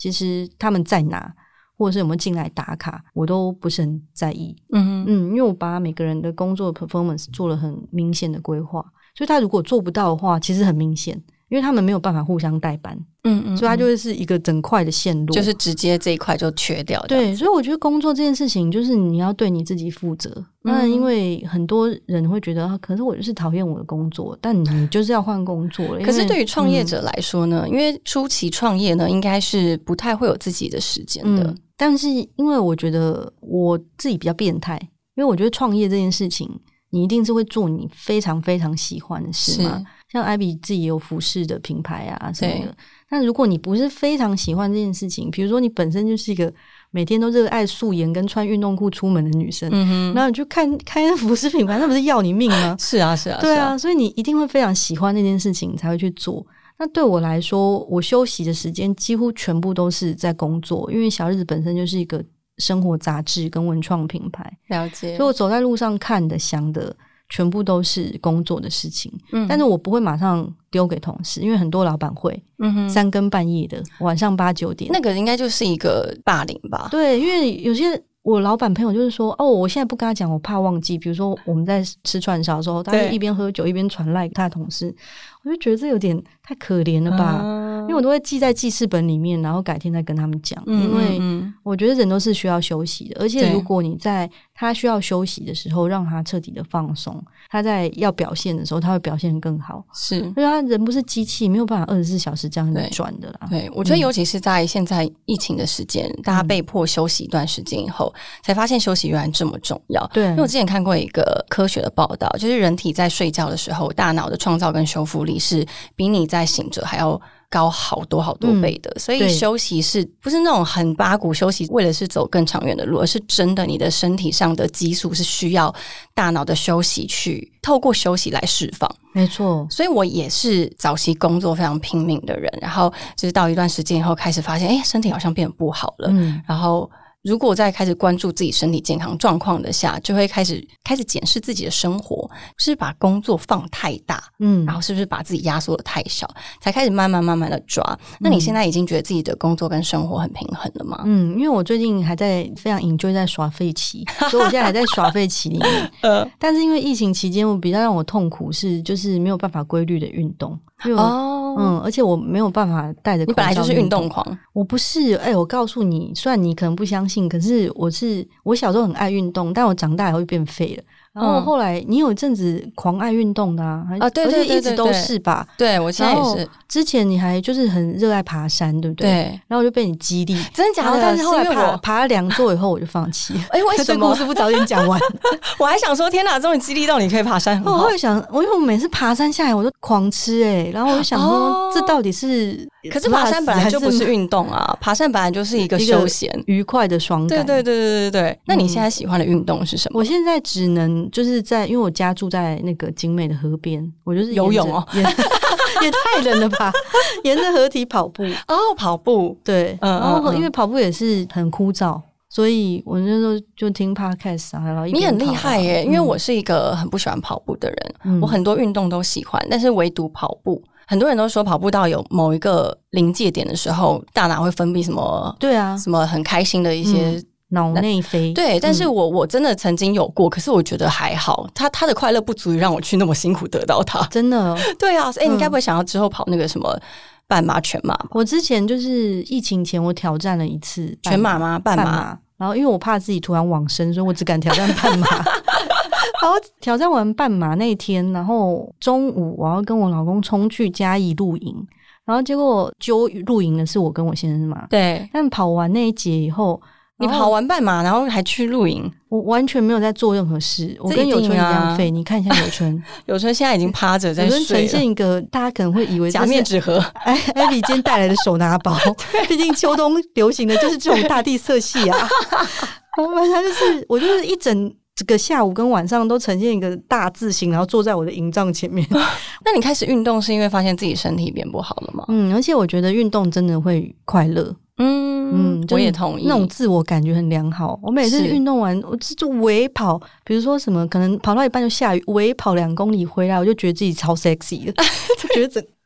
其实他们在哪或者是有没有进来打卡我都不是很在意。嗯嗯，因为我把每个人的工作 performance 做了很明显的规划，所以他如果做不到的话其实很明显，因为他们没有办法互相代班。嗯嗯，所以它就会是一个整块的线路， 就是直接这一块就缺掉。 对，所以我觉得工作这件事情就是你要对你自己负责。当然因为很多人会觉得、啊、可是我就是讨厌我的工作，但你就是要换工作了。 可是对于创业者来说呢、嗯、因为初期创业呢应该是不太会有自己的时间的、嗯、 但是因为我觉得我自己比较变态，因为我觉得创业这件事情你一定是会做你非常非常喜欢的事嘛，像 Ivy 自己也有服饰的品牌啊什么的。但如果你不是非常喜欢这件事情，比如说你本身就是一个每天都热爱素颜跟穿运动裤出门的女生，嗯，然后你就看开服饰品牌，那不是要你命吗？ 是啊是啊， 对啊，所以你一定会非常喜欢那件事情才会去做。那对我来说，我休息的时间几乎全部都是在工作，因为小日子本身就是一个生活杂志跟文创品牌。 了解。 所以我走在路上看的想的全部都是工作的事情、嗯、但是我不会马上丢给同事，因为很多老板会、嗯、哼三更半夜的晚上八九点， 那个应该就是一个霸凌吧。 对，因为有些我老板朋友就是说哦，我现在不跟他讲我怕忘记，比如说我们在吃串烧的时候他就一边喝酒一边传赖给他的同事，我就觉得这有点太可怜了吧、嗯、因为我都会记在记事本里面，然后改天再跟他们讲、嗯、因为我觉得人都是需要休息的，而且如果你在他需要休息的时候让他彻底的放松，他在要表现的时候他会表现得更好。 是， 因为他人不是机器，没有办法二十四小时这样子转的啦。 对，我觉得尤其是在现在疫情的时间、嗯、大家被迫休息一段时间以后才发现休息原来这么重要。 对， 因为我之前看过一个科学的报道，就是人体在睡觉的时候大脑的创造跟修复力是比你在醒着还要高好多好多倍的、嗯、所以休息是不是那种很八股休息为了是走更长远的路，而是真的你的身体上的激素是需要大脑的休息去透过休息来释放。 没错， 所以我也是早期工作非常拼命的人，然后就是到一段时间以后开始发现哎，身体好像变得不好了、嗯、然后如果在开始关注自己身体健康状况的下，就会开始开始检视自己的生活，是不是把工作放太大，嗯，然后是不是把自己压缩的太小，才开始慢慢慢慢的抓。那你现在已经觉得自己的工作跟生活很平衡了吗？嗯， 因为我最近还在非常 enjoy 在耍废期，所以我现在还在耍废期里面。呃，但是因为疫情期间，我比较让我痛苦是，就是没有办法规律的运动。哦，嗯，而且我没有办法戴着口罩。 你本来就是运动狂。 我不是，哎、欸，我告诉你，虽然你可能不相信，可是我是我小时候很爱运动，但我长大也会变废了。然后后来你有一阵子狂爱运动的啊， 啊对对对对对， 而且一直都是吧？ 对，我现在也是。 之前你还就是很热爱爬山，对不对？ 对。 然后我就被你激励， 真的假的？ 但是后来爬爬了两座以后，我就放弃。 哎、欸，为什么？ 这故事不早点讲完？ 我还想说，天哪，终于激励到你可以爬山很好。 我会想，我因为我每次爬山下来，我都狂吃哎、欸，然后我就想说，哦、这到底是？ 可是爬山本来就不是运动啊，爬山本来就是一个休闲、 愉快的爽感。 对对对对对对。那你现在喜欢的运动是什么？ 嗯、我现在只能就是在，因为我家住在那个景美的河边，我就是游泳哦， 也, 也太冷了吧！沿着河堤跑步哦，跑步对，嗯，然后因为跑步也是很枯燥。所以我那时候就听 podcast 啊，然后一边跑。 你很厉害耶、嗯、因为我是一个很不喜欢跑步的人、嗯、我很多运动都喜欢，但是唯独跑步，很多人都说跑步到有某一个临界点的时候，大脑会分泌什么，对啊，什么很开心的一些、嗯、 脑内啡。 对，但是我、嗯、我真的曾经有过，可是我觉得还好，他他的快乐不足以让我去那么辛苦得到它。 真的、哦？ 对啊，哎、欸，你该不会想要之后跑那个什么半马、全马吧？ 我之前就是疫情前我挑战了一次全马吗？半马。 半马，然后因为我怕自己突然往生，所以我只敢挑战半马。然后挑战完半马那一天，然后中午我要跟我老公冲去嘉义露营，然后结果揪露营的是我跟我先生嘛。 对。 但跑完那一节以后， 你跑完半马然后还去露营， 我完全没有在做任何事。我跟有春一样废、啊、你看一下有春。 有春现在已经趴着在睡了。有春呈现一个大家可能会以为假面纸盒， 哎 Ivy 今天带来的手拿包。毕竟秋冬流行的就是这种大地色系啊。我反正就是我就是一整个下午跟晚上都呈现一个大字形，然后坐在我的营帐前面。 那你开始运动是因为发现自己身体变不好了吗？ 嗯，而且我觉得运动真的会快乐。 嗯嗯，我也同意， 那种自我感觉很良好。我每次运动完，我就围跑，比如说什么，可能跑到一半就下雨，围跑两公里回来，我就觉得自己超 sexy 的，就觉得整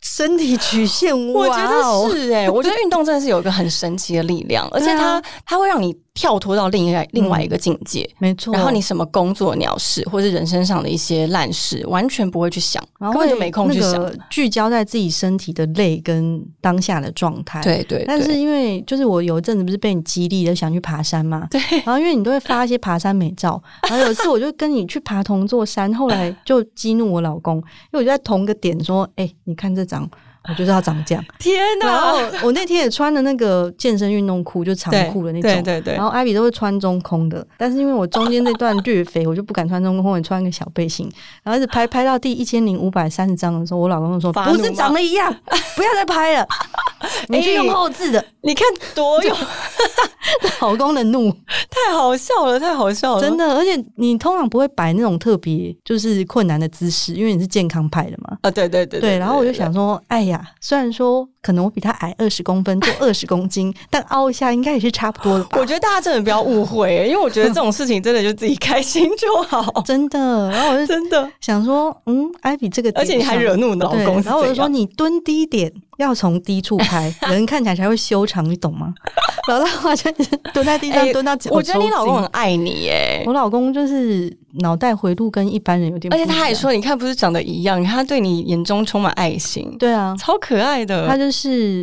身体曲线， 我觉得是哎、欸，我觉得运动真的是有一个很神奇的力量，而且它、啊、它会让你跳脱到另外另外一个境界， 没错。 然后你什么工作鸟事或是人生上的一些烂事，完全不会去想， 然后根本就没空去想， 那个聚焦在自己身体的累跟当下的状态。 对 对, 对。 但是因为就是我有一阵子不是被你激励的想去爬山嘛， 对。 然后因为你都会发一些爬山美照，然后有一次我就跟你去爬同座山，后来就激怒我老公，因为我就在同个点说，哎、欸，你看这张。我就是要长这样， 天哪！ 然后我那天也穿的那个健身运动裤，就长裤的那种， 对对 对, 对。 然后艾比都会穿中空的，但是因为我中间那段略肥，我就不敢穿中空，我穿个小背心。然后一直拍拍到第一千零五百三十张的时候，我老公就说：“不是长得一样，不要再拍了，你去用后置的。欸” 你看多有老公的怒， 太好笑了，太好笑了， 真的。而且你通常不会摆那种特别就是困难的姿势，因为你是健康派的嘛。 啊，对对 对, 对, 对, 对, 对。 然后我就想说，哎呀。虽然说可能我比他矮二十公分，做二十公斤，但凹一下应该也是差不多的吧。 我觉得大家真的不要误会、欸，因为我觉得这种事情真的就自己开心就好， 真的。然后我就真的想说，嗯，艾比这个点， 而且你还惹怒老公， 然后我就说你蹲低点，要从低处拍，人看起来才会修长，你懂吗？然后他就蹲在地上，蹲到脚、欸。 我觉得你老公很爱你耶、欸， 我老公就是脑袋回路跟一般人有点不一样， 而且他还说，你看不是长得一样，他对你眼中充满爱心。 对啊， 超可爱的。 他就是、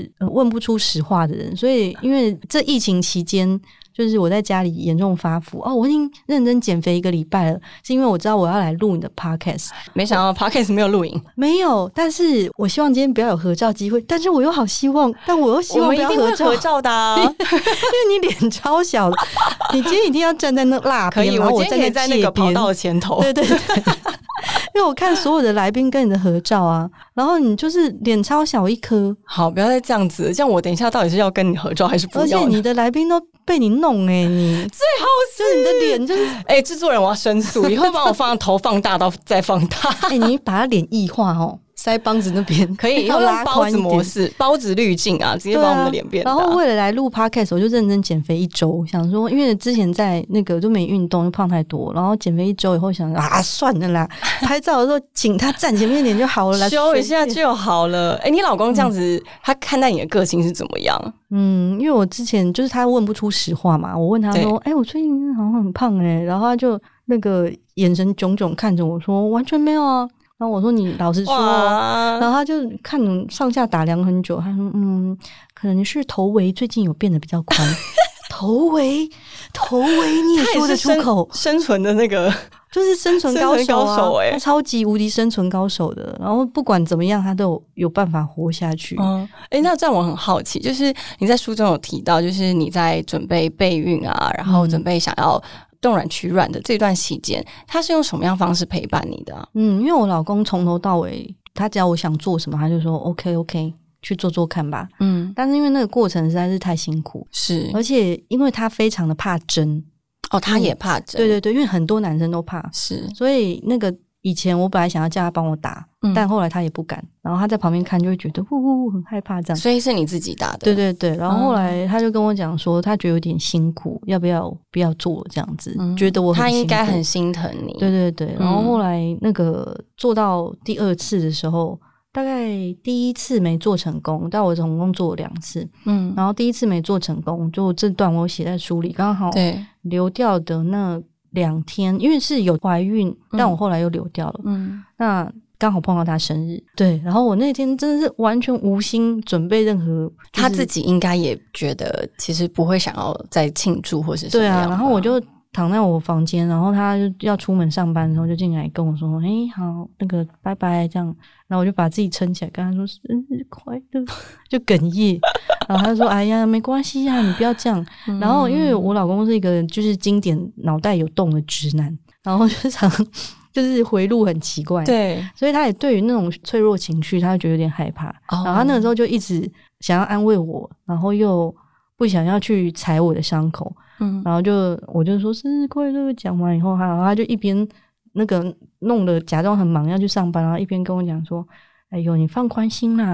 呃、问不出实话的人，所以因为这疫情期间。就是我在家里严重发福哦，我已经认真减肥一个礼拜了，是因为我知道我要来录你的 podcast， 没想到 podcast 没有录影， 没有，但是我希望今天不要有合照机会，但是我又好希望，但我又希望不要合照， 我们一定会合照的、啊， 因为你脸超小的，你今天一定要站在那辣边， 可以， 然后我站在在那个跑道的前头， 对对对。因为我看所有的来宾跟你的合照啊，然后你就是脸超小一颗。 好，不要再这样子，这样我等一下到底是要跟你合照还是不要？ 而且你的来宾都被你弄哎、欸，你最好是就你的脸就是哎，制、欸、作人我要申诉，以后帮我放头放大到再放大。 哎、欸，你把它脸异化哦。腮帮子那边可以，以后用包子模式、包子滤镜啊，直接把我们的脸变大、 啊。然后为了来录 podcast， 我就认真减肥一周，想说，因为之前在那个都没运动，就胖太多，然后减肥一周以后想说啊，算了啦，拍照的时候请他站前面一点就好了啦， 修一下就好了。哎、欸，你老公这样子、嗯，他看待你的个性是怎么样？ 嗯，因为我之前就是他问不出实话嘛，我问他说，哎、欸，我最近好像很胖哎、欸，然后他就那个眼神炯炯看着我说，完全没有啊。然后我说你老实说，然后他就看上下打量很久，他说嗯，可能是头围最近有变得比较宽。头围，头围你也说得出口？ 生存的那个就是生存高手啊， 手欸、 他超级无敌生存高手的。然后不管怎么样，他都有有办法活下去。 嗯，哎、欸，那这样我很好奇，就是你在书中有提到，就是你在准备备孕啊，然后准备想要。冻卵取卵的这段期间，他是用什么样方式陪伴你的、啊？ 嗯，因为我老公从头到尾，他只要我想做什么，他就说 OK OK， 去做做看吧。嗯，但是因为那个过程实在是太辛苦， 是， 而且因为他非常的怕针， 哦，他也怕针， 对对对，因为很多男生都怕， 是， 所以那个以前我本来想要叫他帮我打。嗯、但后来他也不敢，然后他在旁边看就会觉得呼呼呼很害怕这样， 所以是你自己打的。 对对对，然后后来他就跟我讲说，他觉得有点辛苦，要不要不要做这样子？嗯、觉得我很他应该很心疼你。 对对对，然后后来那个做到第二次的时候，大概第一次没做成功，但我总共做了两次，嗯，然后第一次没做成功，就这段我写在书里，刚好对流掉的那两天，因为是有怀孕，但我后来又流掉了，嗯，那。刚好碰到他生日，对，然后我那天真的是完全无心准备任何、就是， 他自己应该也觉得其实不会想要再庆祝或是什么样。 对啊，然后我就躺在我房间，然后他就要出门上班的时候就进来跟我说：“哎、欸，好，那个拜拜。”这样，然后我就把自己撑起来，跟他说：“生日快乐！”就哽咽，然后他就说：“哎呀，没关系呀、啊，你不要这样。嗯”然后因为我老公是一个就是经典脑袋有洞的直男，然后就常。就是回路很奇怪， 对， 所以他也对于那种脆弱情绪，他就觉得有点害怕。Oh. 然后他那个时候就一直想要安慰我，然后又不想要去踩我的伤口，嗯，然后就我就说生日快乐，讲完以后，然后他就一边那个弄得假装很忙要去上班，然后一边跟我讲说：“哎呦，你放宽心啦，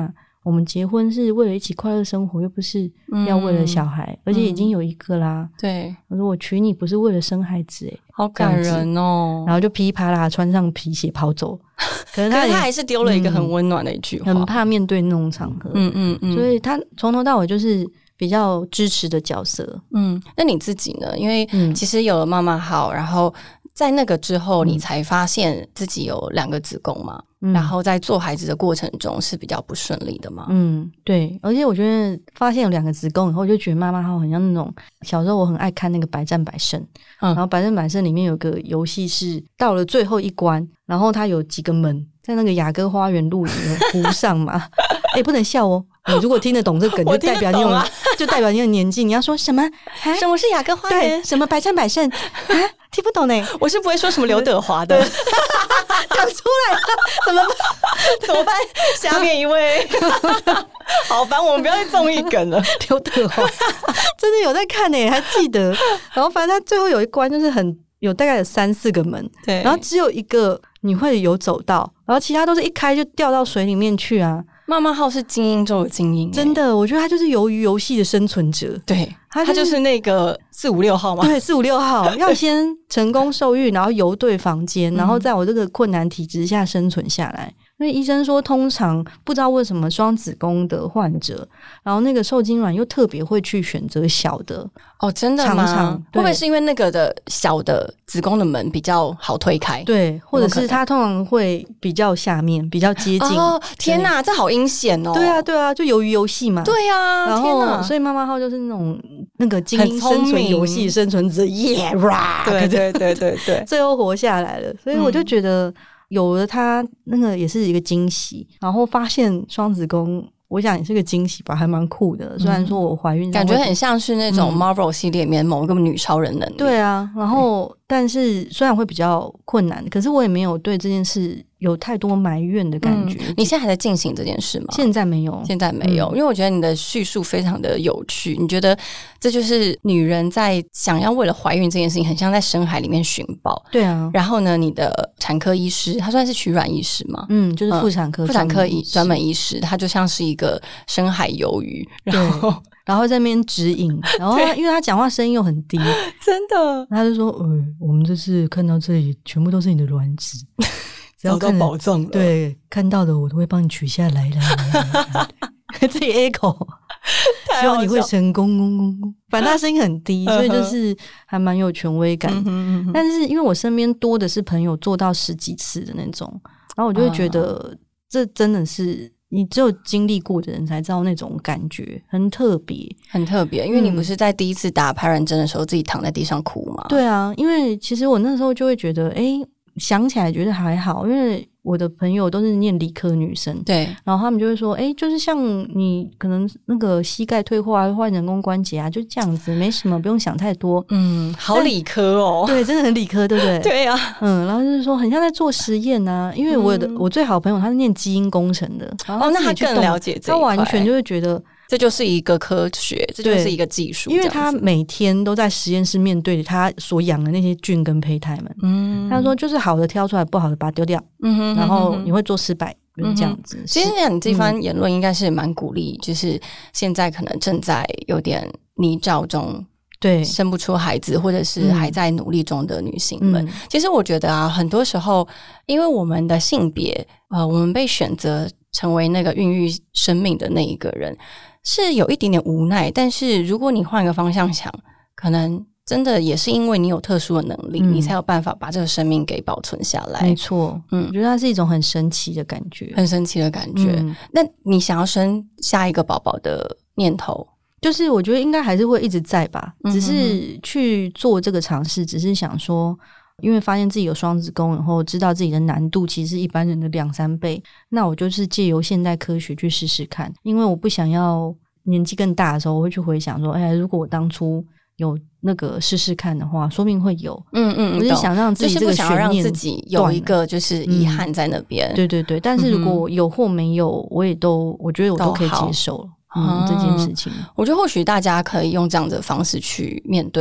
我们结婚是为了一起快乐生活，又不是要为了小孩、嗯、而且已经有一个啦、嗯、 对， 我说我娶你不是为了生孩子耶， 好感人哦， 然后就噼里啪啦穿上皮鞋跑走， 可是他可是他还是丢了一个很温暖的一句话、 嗯、很怕面对那种场合，嗯嗯嗯，所以他从头到尾就是比较支持的角色。 嗯，那你自己呢？因为其实有了妈妈好，然后在那个之后你才发现自己有两个子宫嘛、嗯、然后在做孩子的过程中是比较不顺利的嘛。 嗯，对，而且我觉得发现有两个子宫以后，就觉得妈妈好很像那种小时候我很爱看那个百战百胜、嗯、然后百战百胜里面有个游戏是到了最后一关，然后它有几个门在那个雅阁花园露营的湖上嘛哎、欸，不能笑哦，你如果听得懂这梗就代表你有就代表你有年纪，你要说什么什么是雅阁花园， 对，什么百战百胜啊，听不懂呢。 我是不会说什么刘德华的讲出来了怎么办怎么办下面一位好烦，我们不要再综艺梗了刘德华真的有在看耶，还记得然后反正他最后有一关就是很有大概有三四个门，对，然后只有一个你会有走到，然后其他都是一开就掉到水里面去啊。 妈妈号是精英中的精英、欸、 真的，我觉得他就是鱿鱼游戏的生存者。 对，他、就是、他就是那个四五六号吗？ 对，四五六号要先成功受孕，然后游对房间，然后在我这个困难体质下生存下来。因为医生说通常不知道为什么双子宫的患者，然后那个受精卵又特别会去选择小的。 哦，真的吗？常常会不会是因为那个的小的子宫的门比较好推开？ 对，或者是它通常会比较下面比较接近。 哦，天哪，这好阴险哦！ 对啊对啊，就鱿鱼游戏嘛。 对啊， 然后天哪， 所以妈妈号就是那种那个精英生存游戏生存者，耶、yeah, 对对对对对， 最后活下来了。所以我就觉得有了它那个也是一个惊喜，然后发现双子宫我想也是个惊喜吧，还蛮酷的、嗯、虽然说我怀孕感觉很像是那种 Marvel 系列里面某一个女超人能力、嗯、 对啊，然后但是虽然会比较困难，可是我也没有对这件事有太多埋怨的感觉、 嗯、你现在还在进行这件事吗？ 现在没有现在没有、嗯、因为我觉得你的叙述非常的有趣，你觉得这就是女人在想要为了怀孕这件事情很像在深海里面寻宝。 对啊， 然后呢你的产科医师他算是取卵医师吗？ 嗯，就是妇产科、嗯、 妇产科专门医师，他就像是一个深海鱿鱼，然后然后在那边指引，然后因为他讲话声音又很低真的他就说、呃、我们这次看到这里全部都是你的卵子找到宝藏了， 对，看到的我都会帮你取下来来自己 echo 希望你会成功反正他声音很低所以就是还蛮有权威感嗯哼嗯哼，但是因为我身边多的是朋友做到十几次的那种，然后我就会觉得这真的是你只有经历过的人才知道那种感觉，很特别很特别。因为你不是在第一次打排卵针的时候自己躺在地上哭吗？ 对啊，因为其实我那时候就会觉得诶想起来觉得还好，因为我的朋友都是念理科女生， 对， 然后他们就会说诶就是像你可能那个膝盖退化换人工关节啊，就这样子没什么，不用想太多。 嗯，好理科哦， 对，真的很理科，对不对？ 对啊， 嗯，然后就是说很像在做实验啊，因为我的、嗯、我最好的朋友他是念基因工程的，然后哦，那他更了解这一块， 他完全就会觉得这就是一个科学，这就是一个技术， 因为他每天都在实验室面对他所养的那些菌跟胚胎们。嗯，他说就是好的挑出来，不好的把它丢掉。嗯哼，然后你会做失败，就是这样子。 其实你这番言论应该是蛮鼓励，就是现在可能正在有点泥沼中。对，生不出孩子或者是还在努力中的女性们、嗯、其实我觉得啊，很多时候因为我们的性别呃，我们被选择成为那个孕育生命的那一个人是有一点点无奈，但是如果你换个方向想，可能真的也是因为你有特殊的能力、嗯、你才有办法把这个生命给保存下来。 没错，嗯，我觉得它是一种很神奇的感觉， 很神奇的感觉、嗯、那你想要生下一个宝宝的念头就是我觉得应该还是会一直在吧，只是去做这个尝试，只是想说因为发现自己有双子宫以后知道自己的难度其实是一般人的两三倍，那我就是借由现代科学去试试看，因为我不想要年纪更大的时候我会去回想说哎，如果我当初有那个试试看的话说不定会有。嗯嗯，我是想让自己这个悬念、就是、不想让自己有一个就是遗憾在那边、 嗯、对对对，但是如果有或没有我也都我觉得我都可以接受了嗯，这件事情， 我觉得或许大家可以用这样的方式去面对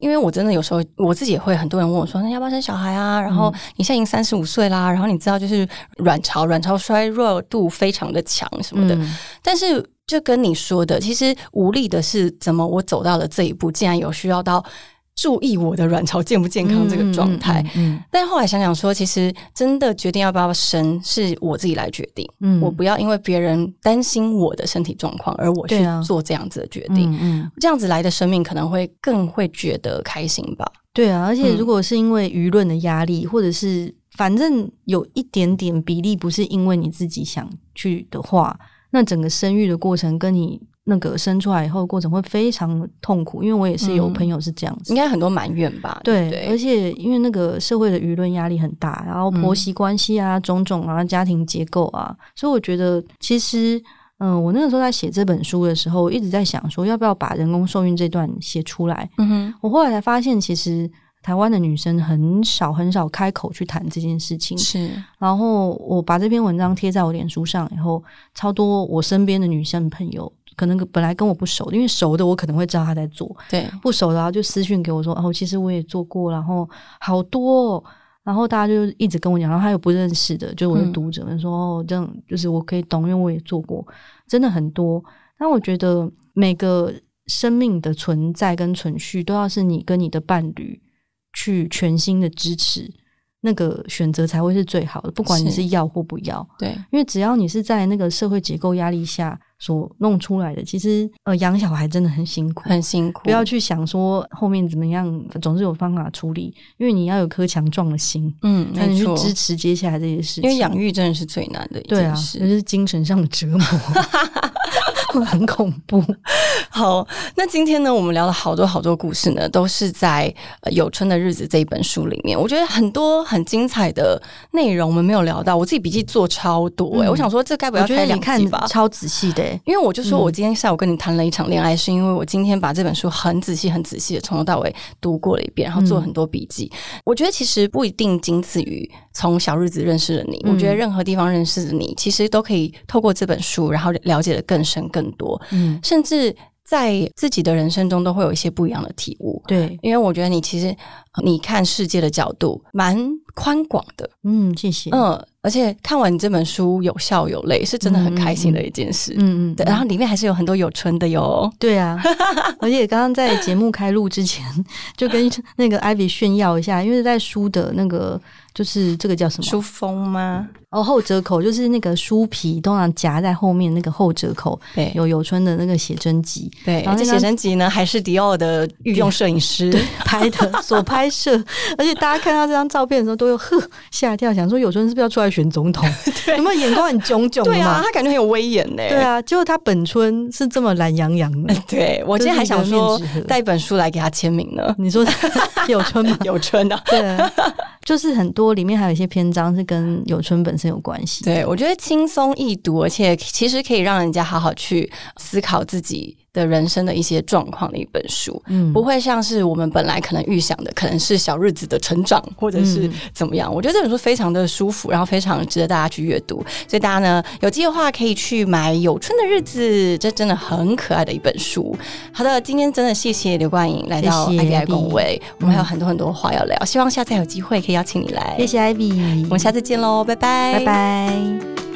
因为我真的有时候我自己也会，很多人问我说那要不要生小孩啊，然后你现在已经三十五岁啦，然后你知道就是卵巢卵巢衰弱度非常的强什么的、嗯、但是就跟你说的，其实无力的是怎么我走到了这一步，竟然有需要到注意我的卵巢健不健康这个状态、嗯嗯嗯、但后来想想说，其实真的决定要不要生是我自己来决定、嗯、我不要因为别人担心我的身体状况而我去做这样子的决定、啊嗯嗯、这样子来的生命可能会更会觉得开心吧。 对啊，而且如果是因为舆论的压力、嗯、或者是反正有一点点比例不是因为你自己想去的话，那整个生育的过程跟你那个生出来以后的过程会非常痛苦，因为我也是有朋友是这样子、 嗯、应该很多埋怨吧。 对, 对, 对， 而且因为那个社会的舆论压力很大，然后婆媳关系啊、嗯、种种啊家庭结构啊，所以我觉得其实嗯、呃，我那个时候在写这本书的时候一直在想说要不要把人工受孕这段写出来。嗯哼，我后来才发现其实台湾的女生很少很少开口去谈这件事情， 是。 然后我把这篇文章贴在我脸书上以后，超多我身边的女生朋友，可能本来跟我不熟的，因为熟的我可能会知道她在做， 对， 不熟的然后就私讯给我说哦，其实我也做过，然后好多哦，然后大家就一直跟我讲，然后还有不认识的，就是我的读者们说、嗯、哦，这样就是我可以懂，因为我也做过，真的很多。但我觉得每个生命的存在跟存续都要是你跟你的伴侣去全心的支持，那个选择才会是最好的，不管你是要或不要。对，因为只要你是在那个社会结构压力下所弄出来的，其实呃养小孩真的很辛苦， 很辛苦。 不要去想说后面怎么样，总是有方法处理，因为你要有颗强壮的心，嗯，才能去支持接下来这些事情。 因为养育真的是最难的一件事， 对啊，就是精神上的折磨。很恐怖。 好，那今天呢我们聊了好多好多故事呢，都是在、呃、有春的日子这一本书里面。我觉得很多很精彩的内容我们没有聊到，我自己笔记做超多、欸嗯、我想说这该不要开两集吧， 超仔细的、欸、 因为我就说我今天下午跟你谈了一场恋爱、嗯、是因为我今天把这本书很仔细很仔细的从头到尾读过了一遍，然后做了很多笔记、嗯、我觉得其实不一定仅此于从小日子认识了你、嗯、我觉得任何地方认识的你其实都可以透过这本书然后了解的更深更多，嗯，甚至在自己的人生中都会有一些不一样的体悟。 对， 因为我觉得你其实你看世界的角度蛮宽广的。 嗯，谢谢。 嗯，而且看完你这本书有笑有泪，是真的很开心的一件事。嗯嗯，对，然后里面还是有很多有春的哟。 对啊，而且刚刚在节目开录之前就跟那个 Ivy 炫耀一下，因为在书的那个就是这个叫什么书封吗？ 哦，后折口，就是那个书皮通常夹在后面那个后折口，对，有有春的那个写真集。 对，然后这写真集呢还是迪奥的御用摄影师拍的所拍摄，而且大家看到这张照片的时候都有呵吓一跳，想说有春是不是要出来选总统？有没有眼光很炯炯的嘛？ 对啊，他感觉很有威严呢。 对啊，结果他本春是这么懒洋洋的。 对，我今天还想说带一本书来给他签名呢。 你说有春吗？ 有春啊， 对啊，就是很多里面还有一些篇章是跟有春本身有关系。 对，我觉得轻松易读，而且其实可以让人家好好去思考自己的人生的一些状况的一本书，嗯，不会像是我们本来可能预想的可能是小日子的成长或者是怎么样、嗯、我觉得这本书非常的舒服，然后非常值得大家去阅读，所以大家呢有机会的话可以去买有春的日子，这真的很可爱的一本书。好的，今天真的谢谢刘冠颖来到 Ivy 爱公卫，我们还有很多很多话要聊、嗯、希望下次有机会可以邀请你来。 谢谢 Ivy， 我们下次见咯，拜拜拜拜。